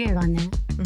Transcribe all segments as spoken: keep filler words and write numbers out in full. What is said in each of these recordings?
毛がね、うん、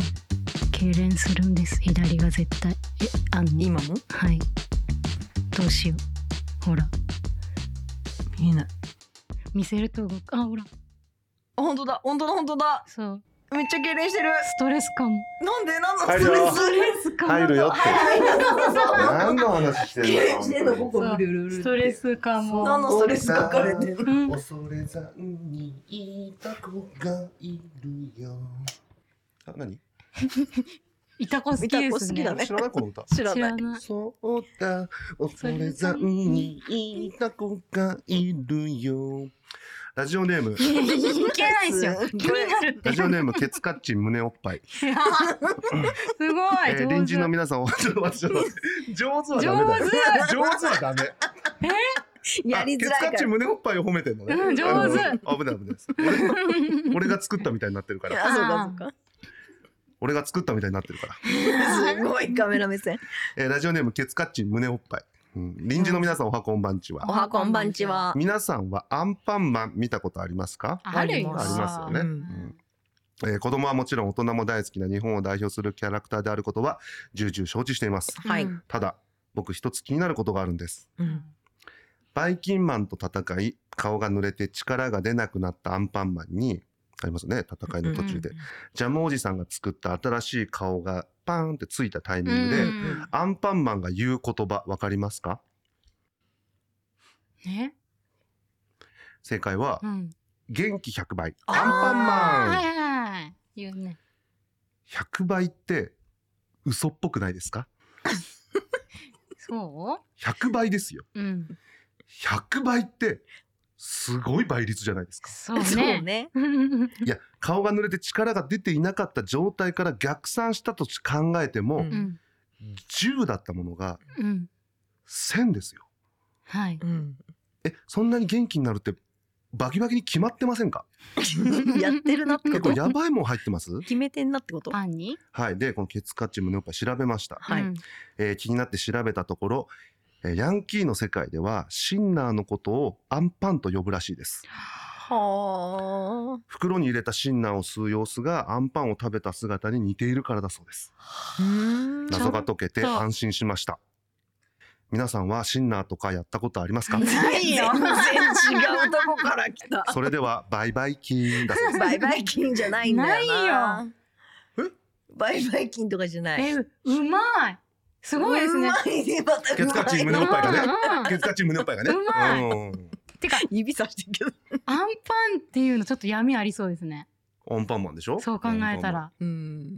痙攣するんです。左が絶対。え、あの今も？ はい。どうしよう。ほら。 見えない。 見せると動く。あ、ほら。 本当だ、本当だ、本当だ。 そう。 めっちゃ痙攣してる。 ストレスかも。 なんでなんのストレス？ ストレスかも。 入るよって。何の話してんの？ してんのここブルルル。 ストレスかも。 何のストレス書かれてる？ 恐れ山にいた子がいるよ。あ、何？ いた子好きですね。 知らないこの歌。 知らない。 そうだ、恐れ山にいた子がいるよ。ラジオネーム。 いけないですよ。気になるって。 ラジオネームケツカッチン胸おっぱい。 すごい。 えー、隣人の皆さん、ちょっと待って、上手はダメだよ。上手はダメ。 え？やりづらいから。 ケツカッチン胸おっぱいを褒めてんのね。 うん、上手。 危ない危ないです。俺、俺が作ったみたいになってるから。 あ、そうかそうか。 俺が作ったみたいになってるから。 すごいカメラ目線。 えー、ラジオネームケツカッチン胸おっぱい。うん、隣人の皆さん、おはこんばんちは。 おはこんばんちは。 皆さんはアンパンマン見たことありますか？ あるよ。 ありますよね。うんうんえー、子供はもちろん大人も大好きな日本を代表するキャラクターであることは重々承知しています。 はい。 ただ僕一つ気になることがあるんです。 うん、 バイキンマンと戦い顔が濡れて力が出なくなったアンパンマンにありますね、戦いの途中で、うん、ジャムおじさんが作った新しい顔がパーンってついたタイミングで、うん、アンパンマンが言う言葉わかりますか？ え？ 正解は、うん、元気ひゃくばいアンパンマン。 はいはいはい言うね。 ひゃくばいって嘘っぽくないですか？ そう？ ひゃくばいですよ、うん、ひゃくばいってすごい倍率じゃないですか。 そうね。そうねいや顔が濡れて力が出ていなかった状態から逆算したと考えても、うん、じゅうだったものが、うん、せんですよ。 はい、うん、 えそんなに元気になるってバキバキに決まってませんか？ やってるなってこと？ 結構やばいもん入ってます？ 決めてんなってこと？ パンに？ はい。でこのケツカッチン胸おっぱい調べました、 はいえー、気になって調べたところヤンキーの世界ではシンナーのことをアンパンと呼ぶらしいです。 はあ。 袋に入れたシンナーを吸う様子がアンパンを食べた姿に似ているからだそうです。謎が解けて安心しました。皆さんはシンナーとかやったことありますか？ ないよ。全然違うとこから来た。 それではバイバイキンだそうです。 バイバイキンじゃないんだよな。 ないよ。 え？ バイバイキンとかじゃない。 え、うまい。すごいですね。 ケツカッチン胸おっぱいがね。ケツカッチン胸おっぱいがね。 うまい。てか指さしてるけど。 アンパンっていうのちょっと闇ありそうですね。 アンパンマンでしょ？ そう考えたら。 うん。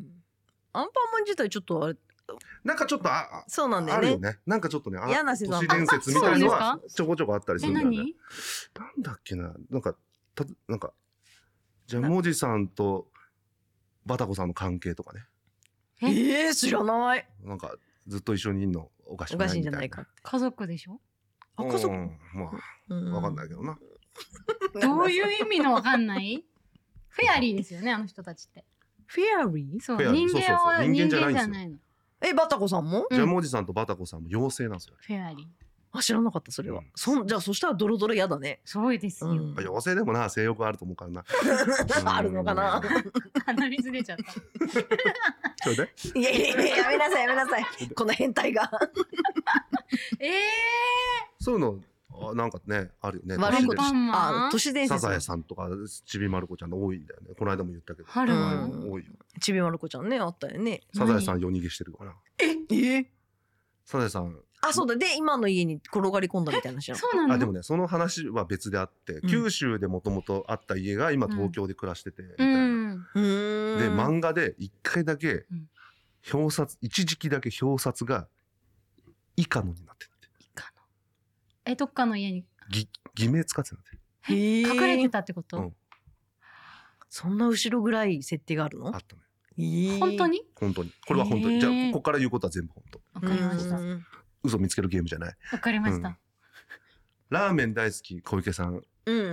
アンパンマン自体ちょっとあれ。 なんかちょっとあ、 そうなんだよね。 あるよね。なんかちょっとね、 嫌な世都市伝説みたいのはちょこちょこあったりするんだよね。 何？ なんだっけな、なんかたなんかジャムおじさんとバタコさんの関係とかね。 ええー、知らない。 なんかずっと一緒にいるのおかしくないみたいな。おかしいんじゃないか。 家族でしょ？ あ、家族。 まあわかんないけどな。 どういう意味のわかんない？フェアリーですよね、あの人たちって。 フェアリー？ そう、人間は人間じゃないの。 え、バタコさんも？ ジャムおじさんとバタコさんも妖精なんですよ。 フェアリー。 あ、知らなかったそれは。そんじゃあそしたらドロドロやだね。 そうですよ。 妖精でもな性欲あると思うからな。 あるのかな。 鼻水出ちゃった。 それで？ いやいやいややめなさいやめなさい。この変態が。 ええ。 そういうの。なんかねあるよね。 悪いことあ都市伝説。 サザエさんとかちびまる子ちゃんの多いんだよね。この間も言ったけど。多いよ。 ちびまる子ちゃんねあったよね。 サザエさん夜逃げしてるから。 ええ。 サザエさん。 あそうだで今の家に転がり込んだみたいな話。 そうなの？ あでもねその話は別であって九州でもともとあった家が今東京で暮らしててみたいな。で漫画で一回だけ表札一時期だけ表札がイカノになってる。 え、どっかの家にぎ偽名使ってたんで隠れてたってこと、うん、 そんな後ろぐらい設定があるの？ あったね、 えー、本当に本当にこれは本当に、えー、じゃあここから言うことは全部本当。 わかりました。 嘘見つけるゲームじゃない。 わかりました、うん、 ラーメン大好き小池さん、 うんうん、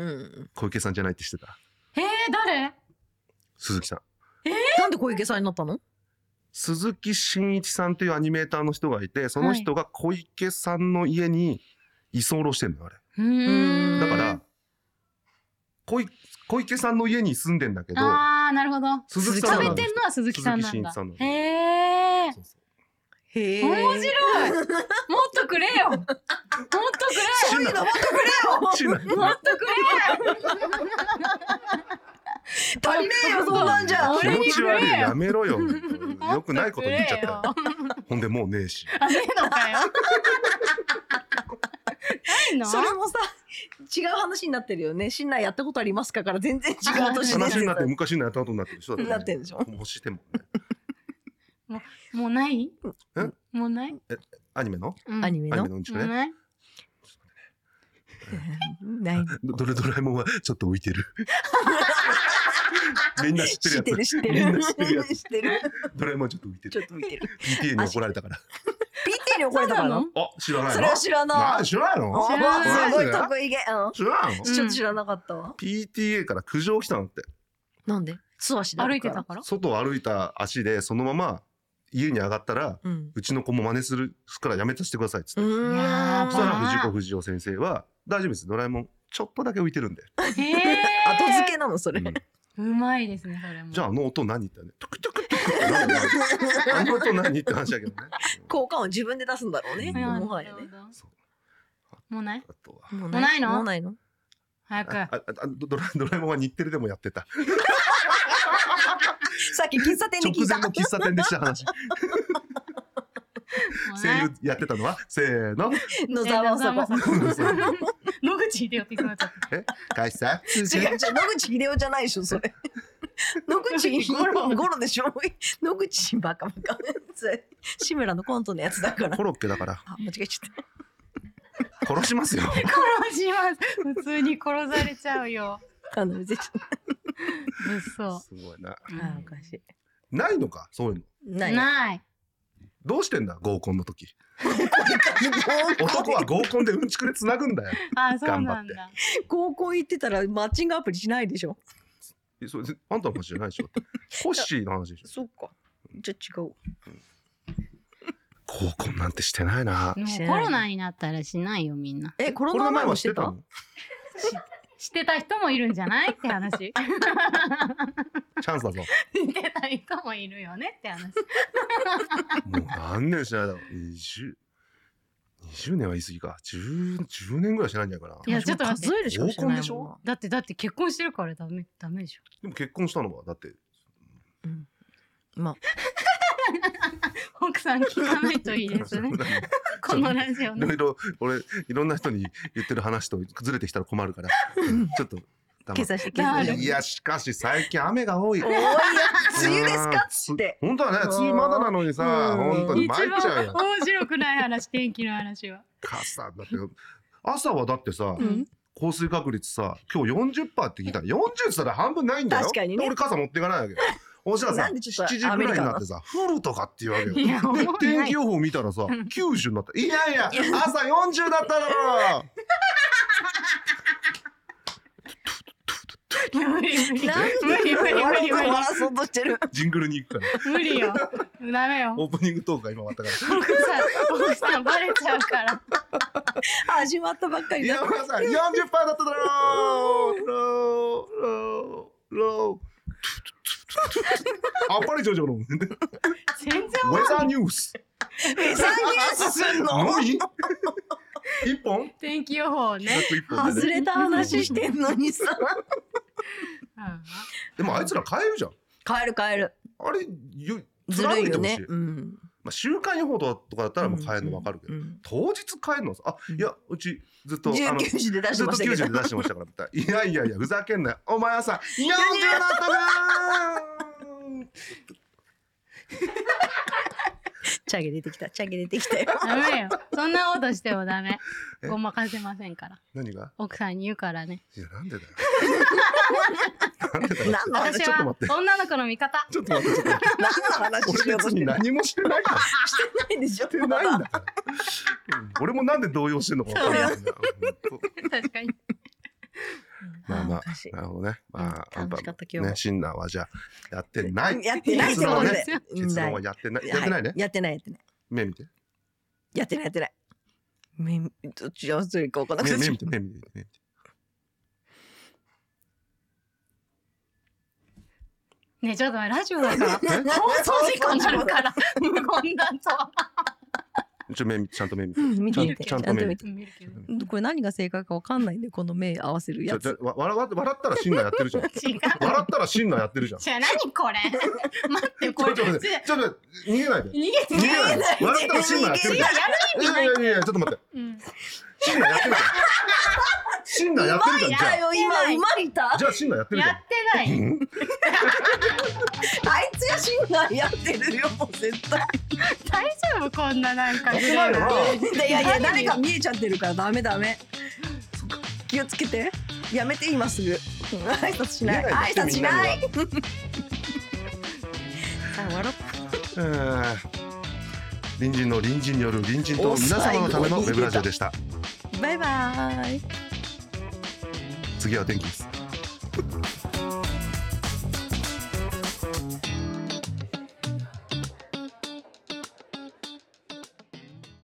小池さんじゃないって知ってた？ えー、誰？ 鈴木さん。 えー、なんで小池さんになったの？ 鈴木真一さんというアニメーターの人がいてその人が小池さんの家に居候してんのあれ。 うんだから小い小池さんの家に住んでんだけど、 ああなるほど。 鈴木さん食なんだべてんのは鈴木さんなんだ鈴木真一さんなんだ。 へえ。 そうそうへえ。 面白い。もっとくれよ。もっとくれ。 そういうのもっとくしないもっとくれ。 足りねえよそんなんじゃ。 気俺に持ち悪いくれよやめろよ。よくないこと言っちゃったよ。 もっとくれよ。 ほんでもうねえし。 あねえのかよ。ないの？ それもさ違う話になってるよね。シンナーやったことありますかから全然違う年話になって昔のやったことになってる人だよね。 なってんでしょ欲してもね。 もうない？ えもうない？ アニメのうんアニメのアニメのうんちくね。 もうない？ ないドラドラえもんはちょっと浮いてる。みんな知ってるやつ。 知ってる知ってるみんな知ってるやつ。 知ってるドラえもんちょっと浮いてる。 ちょっと見てるピーティー に怒られたから。 ピーティー に怒られたからそうなのあ、知らないの？ それは知らないな知らないの？ あ知らないすごい得意げうん知らないの？ んちょっと知らなかったわピーティーエー から苦情来たのって。 なんで素足であるから歩いてたから？ 外を歩いた足でそのまま家に上がったら、 うんうちの子も真似するからやめさせてくださいっつって。 ういーんやーそしたらあー藤子不二雄先生は大丈夫ですドラえもんちょっとだけ浮いてるんで。 へえ。 後付けなのそれうんうまいですねそれも。 じゃああの音何ってね。トゥクトゥクトゥクってなんだよあの音何って話だけどね。 効果音自分で出すんだろうねうんうんもはやねなるほどそうもうない？ あとはもうもうないのもうないの早く。 あああドラドラえもんは日テレでもやってた。 さっき喫茶店で聞いた直前の喫茶店でした話。 もうない声優やってたのはせーの。 野沢雅子野口英世って言ってなっちゃった。 え会社違う違う野口英世じゃないでしょそれ野口五郎五郎でしょ野口バカバカそれ志村のコントのやつだからコロッケだからあ間違えちゃった殺しますよ。 殺します。普通に殺されちゃうよ。 あの別に物騒。 すごいな。 あおかしいないのかそういうの。 ないない。 どうしてんだ合コンの時。男は合コンでうんちくでつなぐんだよ。 あ、そうなんだ。 高校行ってたらマッチングアプリしないでしょえそれあんたの話じゃないでしょ。ホッシーの話でしょ。 そっかじゃあ違う合コンなんてしてないな。 もうコロナになったらしないよみんな。 えコロコロナ前ナ前もしたはしててたの？ してた人もいるんじゃないって話。 チャンスだぞ。 してた人もいるよねって話。 もう何年してないだろう。にじゅう、にじゅうねんは言い過ぎか。じゅう、じゅうねんぐらいしてないんじゃないかな。 いやちょっと待って数えるしかしてないもんな合コンでしょだってだって結婚してるからダメダメでしょ。 でも結婚したのはだってうんまあ奥さん聞かないといいですね。このラジオね。 いろいろ俺いろんな人に言ってる話とずれてきたら困るからちょっと黙って計算して計算していやしかし最近雨が多い。 多いよ梅雨ですかっつって本当はね梅雨まだなのにさうん本当に一参っちゃうよ。 番面白くない話天気の話は。 傘だって朝はだってさ、 うん降水確率さ今日 よんじゅっパーセント って聞いたらよんじゅうって言ったら半分ないんだよ。 確かにねで俺傘持っていかないわけよ。おしらさなんでちょっとしちじぐらいになってさ降るとかっていうわけよ。 いやもうでない天気予報見たらさきゅうじゅうになった。いやいや朝よんじゅうだっただろ。 無理無理なんで無理無理無理無理終わらそうとしてるジングルに行くから無理よ。ダメよ。 オープニングトークが今終わったから。 奥さん奥さんバレちゃうから。 始まったばっかりだ山田さんよんじゅっパーセントだっただろう。ローローロー。あっぱれジョジョのウ全然ェザーニュース。 ウェザーニュースすんののみ一本天気予報ね。 約一本でね。 外れた話してんのにさうんでもあいつら変えるじゃん。 帰る帰るあれゆずるいよね貫てほしいうんまあ週間予報とかだったらもう変えるの分かるけど、 うん当日変えるのさあ、 うんいやうちずっとあじゅうのきゅうじで出しずっとてましたけどきゅうじゅうで出してましたからみたいないやいやいやふざけんなよお前朝よんじゅうだったなチャゲ出てきたチャゲ出てきたよダメよ。そんなことしてもダメ。 えごまかせませんから。 何が奥さんに言うからね。 いやなんでだよなんでだよ何の話私はちょっと待って女の子の味方。 ちょっと待ってちょっと待って何の話し俺別にようとしてない何もしてないからないでしょしてないんだから、うん俺もなんで動揺してんのか分かんないんだよ確かに。 まあまおかしいあなるほどねまあうん楽しかった今日もねシンナーはじゃあやってないやってないってことで結論ね結論はやってないやってないねやってないやってない目見てやってないやってない目どっち合わせるか分からなく目なっちゃう目見て目見て目見てねえちょっと待ってラジオだからえ放送事故になるから無言だと。 ちょ目ちゃんと目見て。 うん見て見見るけどてちゃんと見て。 見るけどこれ何が正解かわかんないんでこの目合わせるちょちょやつ。 わ笑わ笑ったらシンナーやってるじゃん。 違う。 笑ったらシンナーやってるじゃん。 じゃあ何これ待ってこれちょっと待ってちょっと待って逃げないで。 逃げて逃げないで。笑ったらシンナーやってるじゃん。いやいやいやいやちょっと待って。 うんシンナーやってるじゃん。シンナーやってるじゃん。じゃだよ今うまいたあじゃあシンナーやってるじゃん。 やってないうんあいつやしんないやってるよもう絶対。 大丈夫こんななんかやってないよな。 いやいや誰か見えちゃってるからダメダメ。気をつけて。やめて今すぐ。挨拶しない。挨拶しない。さあ終わろう。 えー隣人の隣人による隣人と皆様のためのウェブラジオでした。 バイバイ。 次は天気です。